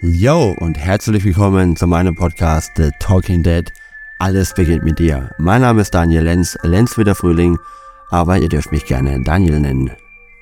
Yo und herzlich willkommen zu meinem Podcast The Talking Dead. Alles beginnt mit dir. Mein Name ist Daniel Lenz, Lenz wie der Frühling, aber ihr dürft mich gerne Daniel nennen.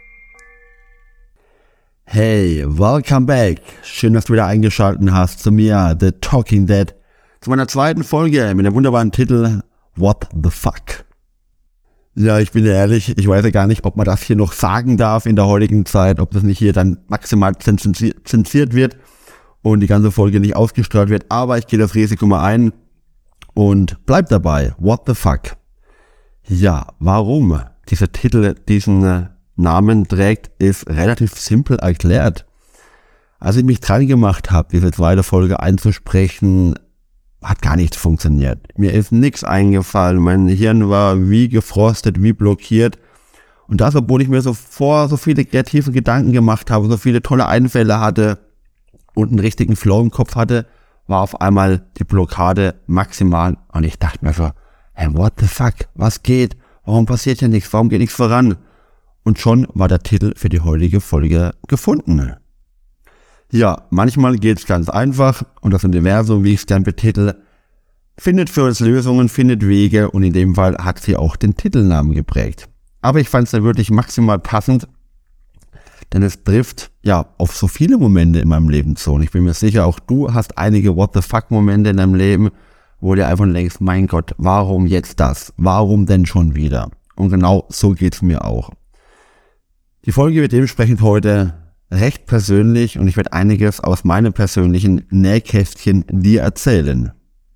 Hey, welcome back. Schön, dass du wieder eingeschaltet hast zu mir, The Talking Dead, zu meiner zweiten Folge mit dem wunderbaren Titel What the Fuck. Ja, ich bin ehrlich, ich weiß ja gar nicht, ob man das hier noch sagen darf in der heutigen Zeit, ob das nicht hier dann maximal zensiert wird und die ganze Folge nicht ausgestrahlt wird, aber ich gehe das Risiko mal ein und bleib dabei. What the fuck? Ja, warum dieser Titel diesen Namen trägt, ist relativ simpel erklärt. Als ich mich dran gemacht habe, diese zweite Folge einzusprechen, hat gar nichts funktioniert. Mir ist nichts eingefallen, mein Hirn war wie gefrostet, wie blockiert. Und das, obwohl ich mir so viele kreative Gedanken gemacht habe, so viele tolle Einfälle hatte und einen richtigen Flow im Kopf hatte, war auf einmal die Blockade maximal. Und ich dachte mir so, hey, what the fuck, was geht? Warum passiert hier nichts? Warum geht nichts voran? Und schon war der Titel für die heutige Folge gefunden. Ja, manchmal geht's ganz einfach und das Universum, wie ich es dann betitel, findet für uns Lösungen, findet Wege und in dem Fall hat sie auch den Titelnamen geprägt. Aber ich fand es dann wirklich maximal passend, denn es trifft ja auf so viele Momente in meinem Leben zu. Und ich bin mir sicher, auch du hast einige What the fuck Momente in deinem Leben, wo du einfach denkst, mein Gott, warum jetzt das? Warum denn schon wieder? Und genau so geht's mir auch. Die Folge wird dementsprechend heute recht persönlich und ich werde einiges aus meinem persönlichen Nähkästchen dir erzählen.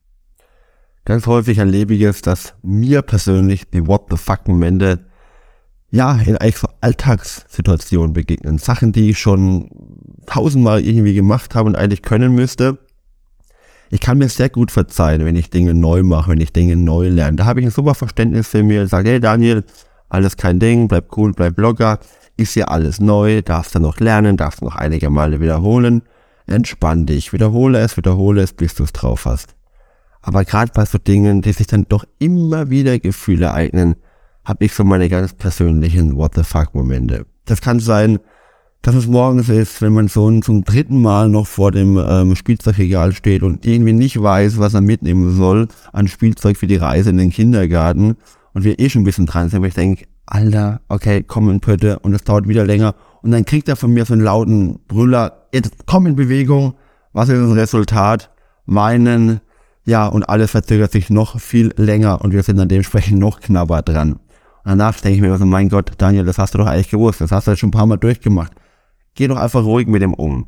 Ganz häufig erlebe ich es, dass mir persönlich die What the fuck Momente ja in eigentlich so Alltagssituationen begegnen. Sachen, die ich schon tausendmal irgendwie gemacht habe und eigentlich können müsste. Ich kann mir sehr gut verzeihen, wenn ich Dinge neu mache, wenn ich Dinge neu lerne. Da habe ich ein super Verständnis für mir. Ich sage, hey Daniel, alles kein Ding, bleib cool, bleib locker. Ist ja alles neu, darfst du noch lernen, darfst noch einige Male wiederholen. Entspann dich, wiederhole es, bis du es drauf hast. Aber gerade bei so Dingen, die sich dann doch immer wieder Gefühle ereignen, habe ich so meine ganz persönlichen What the fuck Momente. Das kann sein, dass es morgens ist, wenn mein Sohn zum dritten Mal noch vor dem Spielzeugregal steht und irgendwie nicht weiß, was er mitnehmen soll an Spielzeug für die Reise in den Kindergarten und wir schon ein bisschen dran sind, aber ich denke, Alter, okay, komm in Pötte und es dauert wieder länger und dann kriegt er von mir so einen lauten Brüller, jetzt komm in Bewegung, was ist das Resultat? Weinen, ja, und alles verzögert sich noch viel länger und wir sind dann dementsprechend noch knapper dran. Und danach denke ich mir so, mein Gott, Daniel, das hast du doch eigentlich gewusst, das hast du jetzt schon ein paar Mal durchgemacht. Geh doch einfach ruhig mit dem um.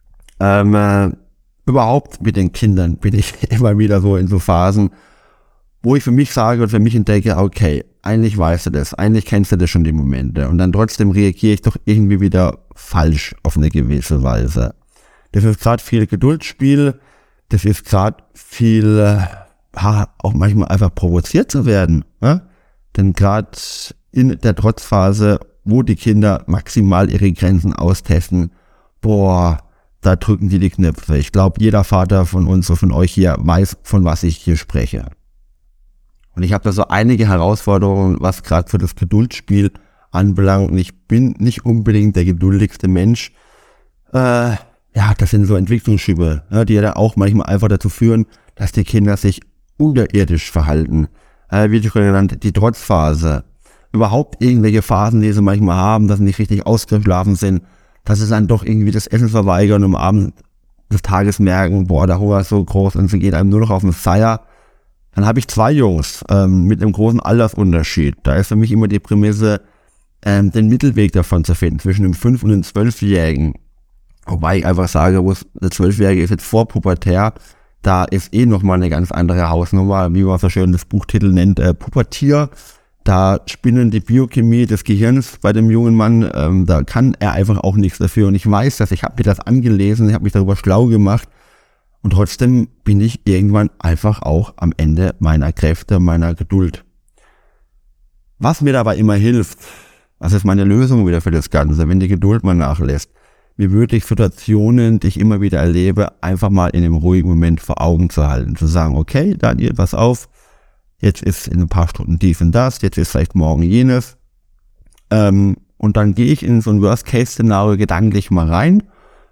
Überhaupt mit den Kindern bin ich immer wieder so in so Phasen, wo ich für mich sage und für mich entdecke, okay, eigentlich weißt du das, eigentlich kennst du das schon die Momente und dann trotzdem reagiere ich doch irgendwie wieder falsch auf eine gewisse Weise. Das ist gerade viel Geduldsspiel, das ist gerade viel, auch manchmal einfach provoziert zu werden, ja? Denn gerade in der Trotzphase, wo die Kinder maximal ihre Grenzen austesten, da drücken die Knöpfe. Ich glaube, jeder Vater von uns oder von euch hier weiß, von was ich hier spreche. Und ich habe da so einige Herausforderungen, was gerade für das Geduldsspiel anbelangt. Und ich bin nicht unbedingt der geduldigste Mensch. Das sind so Entwicklungsschübe, die ja auch manchmal einfach dazu führen, dass die Kinder sich unterirdisch verhalten. Wie schon genannt, die Trotzphase. Überhaupt irgendwelche Phasen, die sie manchmal haben, dass sie nicht richtig ausgeschlafen sind, dass sie dann doch irgendwie das Essen verweigern und am Abend des Tages merken, der Hunger ist so groß und sie geht einem nur noch auf den Seier. Dann habe ich 2 Jungs mit einem großen Altersunterschied. Da ist für mich immer die Prämisse, den Mittelweg davon zu finden, zwischen dem 5- und dem 12-Jährigen. Wobei ich einfach sage, der 12-Jährige ist jetzt vorpubertär, da ist nochmal eine ganz andere Hausnummer, wie man so schön das Buchtitel nennt, Pubertier. Da spinnen die Biochemie des Gehirns bei dem jungen Mann, da kann er einfach auch nichts dafür. Und ich weiß das, ich habe mir das angelesen, ich habe mich darüber schlau gemacht. Und trotzdem bin ich irgendwann einfach auch am Ende meiner Kräfte, meiner Geduld. Was mir dabei immer hilft, was ist meine Lösung wieder für das Ganze, wenn die Geduld mal nachlässt, mir wirklich Situationen, die ich immer wieder erlebe, einfach mal in einem ruhigen Moment vor Augen zu halten. Zu sagen, okay, Daniel, pass auf, jetzt ist in ein paar Stunden dies und das, jetzt ist vielleicht morgen jenes. Und dann gehe ich in so ein Worst-Case-Szenario gedanklich mal rein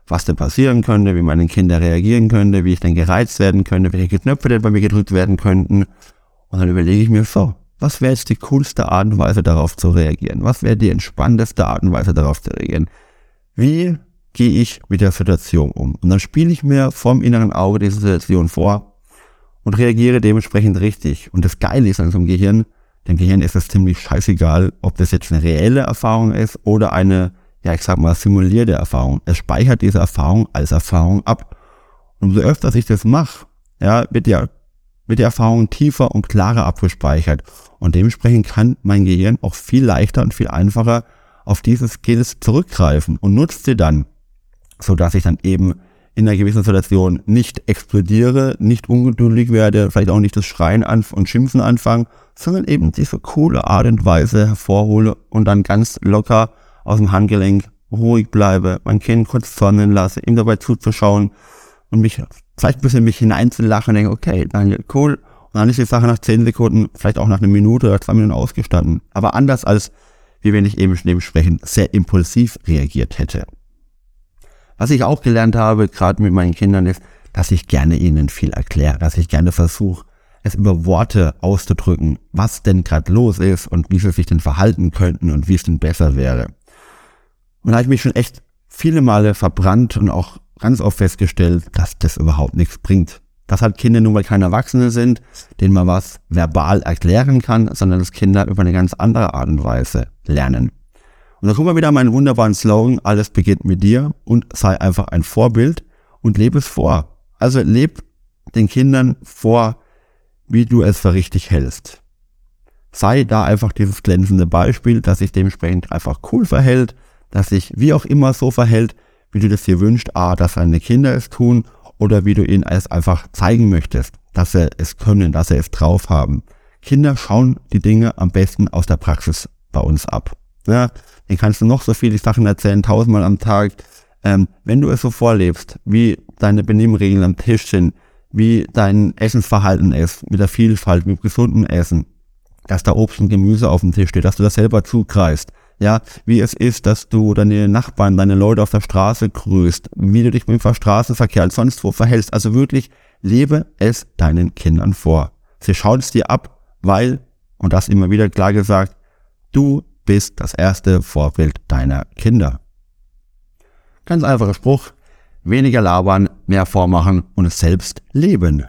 was denn passieren könnte, wie meine Kinder reagieren könnte, wie ich denn gereizt werden könnte, welche Knöpfe denn bei mir gedrückt werden könnten. Und dann überlege ich mir so, was wäre jetzt die coolste Art und Weise darauf zu reagieren? Was wäre die entspannteste Art und Weise darauf zu reagieren? Wie gehe ich mit der Situation um? Und dann spiele ich mir vom inneren Auge diese Situation vor und reagiere dementsprechend richtig. Und das Geile ist an so einem Gehirn, dem Gehirn ist es ziemlich scheißegal, ob das jetzt eine reelle Erfahrung ist oder eine, simulierte Erfahrung. Es speichert diese Erfahrung als Erfahrung ab. Und umso öfter ich das mache, wird die Erfahrung tiefer und klarer abgespeichert. Und dementsprechend kann mein Gehirn auch viel leichter und viel einfacher auf diese Skills zurückgreifen und nutzt sie dann, sodass ich dann eben in einer gewissen Situation nicht explodiere, nicht ungeduldig werde, vielleicht auch nicht das Schreien und Schimpfen anfange, sondern eben diese coole Art und Weise hervorhole und dann ganz locker aus dem Handgelenk ruhig bleibe, mein Kind kurz zonnen lasse, ihm dabei zuzuschauen und mich vielleicht ein bisschen in mich hineinzulachen und denke, okay, Daniel, cool. Und dann ist die Sache nach 10 Sekunden, vielleicht auch nach einer Minute oder 2 Minuten ausgestanden. Aber anders als, wie wenn ich eben dementsprechend sehr impulsiv reagiert hätte. Was ich auch gelernt habe, gerade mit meinen Kindern, ist, dass ich gerne ihnen viel erkläre, dass ich gerne versuche, es über Worte auszudrücken, was denn gerade los ist und wie sie sich denn verhalten könnten und wie es denn besser wäre. Und da habe ich mich schon echt viele Male verbrannt und auch ganz oft festgestellt, dass das überhaupt nichts bringt. Dass halt Kinder nun mal keine Erwachsene sind, denen man was verbal erklären kann, sondern dass Kinder über eine ganz andere Art und Weise lernen. Und da kommen wir wieder an meinen wunderbaren Slogan, alles beginnt mit dir und sei einfach ein Vorbild und lebe es vor. Also leb den Kindern vor, wie du es für richtig hältst. Sei da einfach dieses glänzende Beispiel, dass sich dementsprechend einfach cool verhält, dass sich wie auch immer so verhält, wie du das dir wünschst, dass deine Kinder es tun oder wie du ihnen es einfach zeigen möchtest, dass sie es können, dass sie es drauf haben. Kinder schauen die Dinge am besten aus der Praxis bei uns ab. Ja, denen kannst du noch so viele Sachen erzählen, 1000-mal am Tag. Wenn du es so vorlebst, wie deine Benimmregeln am Tisch sind, wie dein Essensverhalten ist, mit der Vielfalt, mit gesundem Essen, dass da Obst und Gemüse auf dem Tisch steht, dass du das selber zugreifst, ja, wie es ist, dass du deine Nachbarn, deine Leute auf der Straße grüßt, wie du dich mit dem Straßenverkehr und sonst wo verhältst. Also wirklich, lebe es deinen Kindern vor. Sie schauen es dir ab, weil, und das immer wieder klar gesagt, du bist das erste Vorbild deiner Kinder. Ganz einfacher Spruch, weniger labern, mehr vormachen und es selbst leben.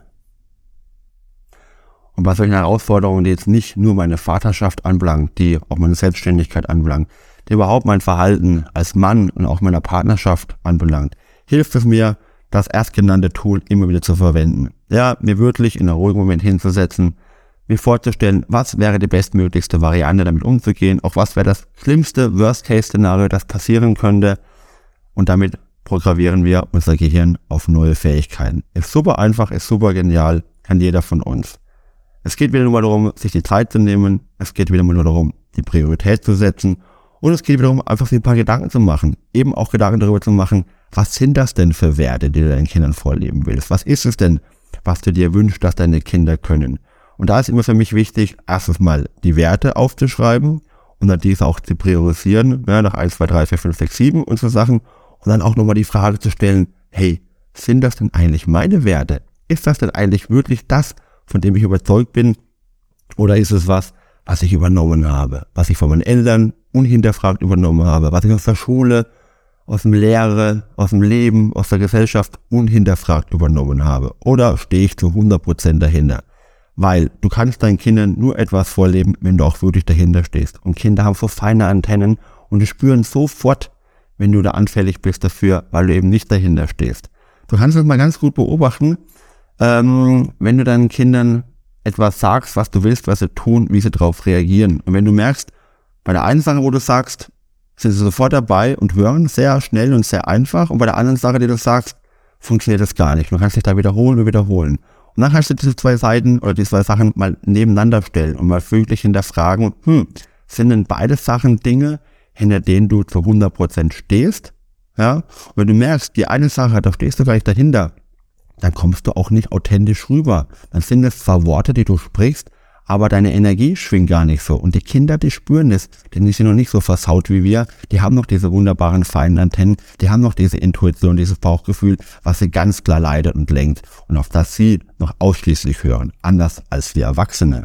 Und bei solchen Herausforderungen, die jetzt nicht nur meine Vaterschaft anbelangt, die auch meine Selbstständigkeit anbelangt, die überhaupt mein Verhalten als Mann und auch meiner Partnerschaft anbelangt, hilft es mir, das erstgenannte Tool immer wieder zu verwenden. Ja, mir wirklich in einem ruhigen Moment hinzusetzen, mir vorzustellen, was wäre die bestmöglichste Variante, damit umzugehen, auch was wäre das schlimmste Worst-Case-Szenario, das passieren könnte. Und damit programmieren wir unser Gehirn auf neue Fähigkeiten. Ist super einfach, ist super genial, kann jeder von uns. Es geht wieder nur darum, sich die Zeit zu nehmen, es geht wieder nur darum, die Priorität zu setzen und es geht wieder darum, einfach sich ein paar Gedanken zu machen. Eben auch Gedanken darüber zu machen, was sind das denn für Werte, die du deinen Kindern vorleben willst? Was ist es denn, was du dir wünschst, dass deine Kinder können? Und da ist immer für mich wichtig, erstens mal die Werte aufzuschreiben und dann diese auch zu priorisieren, nach 1, 2, 3, 4, 5, 6, 7 und so Sachen. Und dann auch nochmal die Frage zu stellen, hey, sind das denn eigentlich meine Werte? Ist das denn eigentlich wirklich das, von dem ich überzeugt bin? Oder ist es was ich übernommen habe? Was ich von meinen Eltern unhinterfragt übernommen habe? Was ich aus der Schule, aus dem Lehre, aus dem Leben, aus der Gesellschaft unhinterfragt übernommen habe? Oder stehe ich zu 100% dahinter? Weil du kannst deinen Kindern nur etwas vorleben, wenn du auch wirklich dahinter stehst. Und Kinder haben so feine Antennen und die spüren sofort, wenn du da anfällig bist dafür, weil du eben nicht dahinter stehst. Du kannst es mal ganz gut beobachten, wenn du deinen Kindern etwas sagst, was du willst, was sie tun, wie sie darauf reagieren. Und wenn du merkst, bei der einen Sache, wo du sagst, sind sie sofort dabei und hören sehr schnell und sehr einfach. Und bei der anderen Sache, die du sagst, funktioniert das gar nicht. Du kannst dich da wiederholen und wiederholen. Und dann kannst du diese 2 Seiten oder die 2 Sachen mal nebeneinander stellen und mal wirklich hinterfragen, sind denn beide Sachen Dinge, hinter denen du zu 100% stehst? Ja? Und wenn du merkst, die eine Sache, da stehst du gleich dahinter, dann kommst du auch nicht authentisch rüber. Dann sind es zwar Worte, die du sprichst, aber deine Energie schwingt gar nicht so. Und die Kinder, die spüren es, denn die sind noch nicht so versaut wie wir. Die haben noch diese wunderbaren feinen Antennen, die haben noch diese Intuition, dieses Bauchgefühl, was sie ganz klar leitet und lenkt und auf das sie noch ausschließlich hören, anders als wir Erwachsene.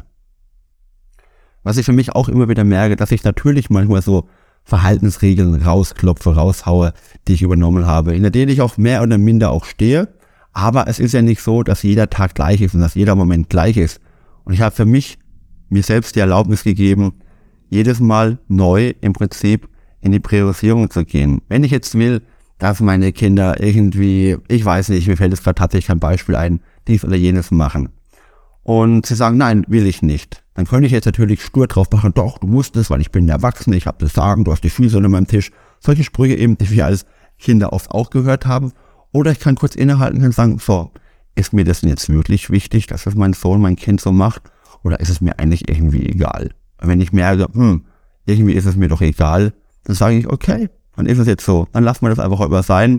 Was ich für mich auch immer wieder merke, dass ich natürlich manchmal so Verhaltensregeln rausklopfe, raushaue, die ich übernommen habe, in denen ich auch mehr oder minder auch stehe. Aber es ist ja nicht so, dass jeder Tag gleich ist und dass jeder Moment gleich ist. Und ich habe für mich mir selbst die Erlaubnis gegeben, jedes Mal neu im Prinzip in die Priorisierung zu gehen. Wenn ich jetzt will, dass meine Kinder irgendwie, ich weiß nicht, mir fällt jetzt gerade tatsächlich kein Beispiel ein, dies oder jenes machen. Und sie sagen, nein, will ich nicht. Dann könnte ich jetzt natürlich stur drauf machen, doch, du musst es, weil ich bin Erwachsener, ich habe das Sagen, du hast die Füße unter meinem Tisch. Solche Sprüche eben, die wir als Kinder oft auch gehört haben. Oder ich kann kurz innehalten und sagen, so, ist mir das denn jetzt wirklich wichtig, dass das mein Sohn, mein Kind so macht? Oder ist es mir eigentlich irgendwie egal? Und wenn ich merke, irgendwie ist es mir doch egal, dann sage ich, okay, dann ist es jetzt so. Dann lassen wir das einfach über sein.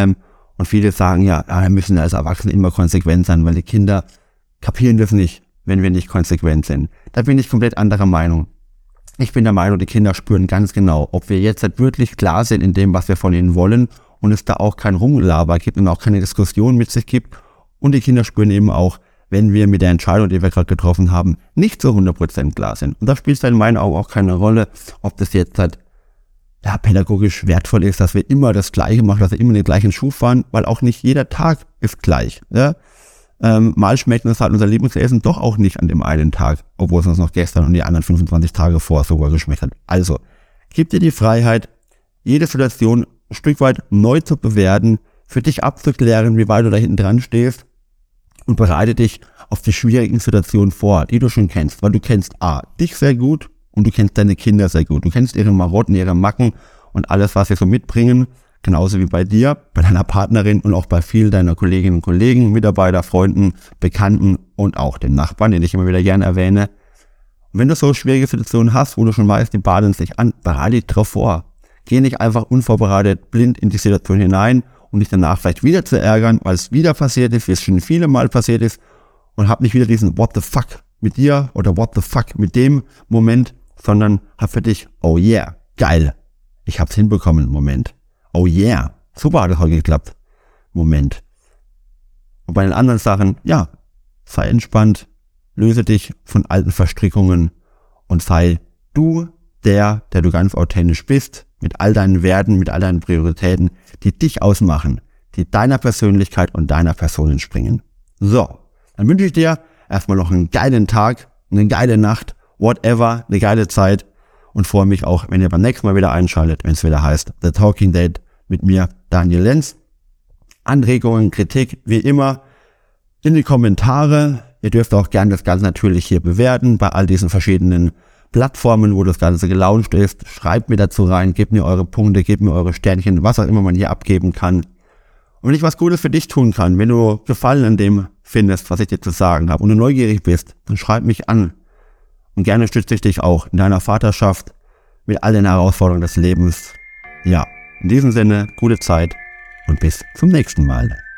Und viele sagen, ja, wir müssen als Erwachsene immer konsequent sein, weil die Kinder kapieren das nicht, wenn wir nicht konsequent sind. Da bin ich komplett anderer Meinung. Ich bin der Meinung, die Kinder spüren ganz genau, ob wir jetzt halt wirklich klar sind in dem, was wir von ihnen wollen und es da auch kein Rumgelaber gibt und auch keine Diskussion mit sich gibt. Und die Kinder spüren eben auch, wenn wir mit der Entscheidung, die wir gerade getroffen haben, nicht zu 100% klar sind. Und da spielt es in meinen Augen auch keine Rolle, ob das jetzt halt pädagogisch wertvoll ist, dass wir immer das Gleiche machen, dass wir immer den gleichen Schuh fahren, weil auch nicht jeder Tag ist gleich. Ja? Mal schmeckt uns halt unser Lieblingsessen doch auch nicht an dem einen Tag, obwohl es uns noch gestern und die anderen 25 Tage vorher sogar geschmeckt hat. Also, gib dir die Freiheit, jede Situation ein Stück weit neu zu bewerten, für dich abzuklären, wie weit du da hinten dran stehst und bereite dich auf die schwierigen Situationen vor, die du schon kennst, weil du kennst dich sehr gut und du kennst deine Kinder sehr gut. Du kennst ihre Marotten, ihre Macken und alles, was sie so mitbringen, genauso wie bei dir, bei deiner Partnerin und auch bei vielen deiner Kolleginnen und Kollegen, Mitarbeiter, Freunden, Bekannten und auch den Nachbarn, den ich immer wieder gerne erwähne. Und wenn du so schwierige Situationen hast, wo du schon weißt, die baden sich an, bereite dich darauf vor. Geh nicht einfach unvorbereitet blind in die Situation hinein, um dich danach vielleicht wieder zu ärgern, weil es wieder passiert ist, wie es schon viele Mal passiert ist, und hab nicht wieder diesen What the fuck mit dir oder What the fuck mit dem Moment, sondern hab für dich, oh yeah, geil, ich hab's hinbekommen, Moment. Oh yeah, super hat es heute geklappt, Moment. Und bei den anderen Sachen, ja, sei entspannt, löse dich von alten Verstrickungen und sei du der du ganz authentisch bist, mit all deinen Werten, mit all deinen Prioritäten, die dich ausmachen, die deiner Persönlichkeit und deiner Person entspringen. So, dann wünsche ich dir erstmal noch einen geilen Tag, eine geile Nacht, whatever, eine geile Zeit und freue mich auch, wenn ihr beim nächsten Mal wieder einschaltet, wenn es wieder heißt The Talking Date mit mir, Daniel Lenz. Anregungen, Kritik, wie immer, in die Kommentare. Ihr dürft auch gerne das Ganze natürlich hier bewerten, bei all diesen verschiedenen Plattformen, wo das Ganze gelauncht ist. Schreibt mir dazu rein, gebt mir eure Punkte, gebt mir eure Sternchen, was auch immer man hier abgeben kann. Und wenn ich was Gutes für dich tun kann, wenn du Gefallen an dem findest, was ich dir zu sagen habe und du neugierig bist, dann schreib mich an. Und gerne stütze ich dich auch in deiner Vaterschaft mit all den Herausforderungen des Lebens. Ja, in diesem Sinne, gute Zeit und bis zum nächsten Mal.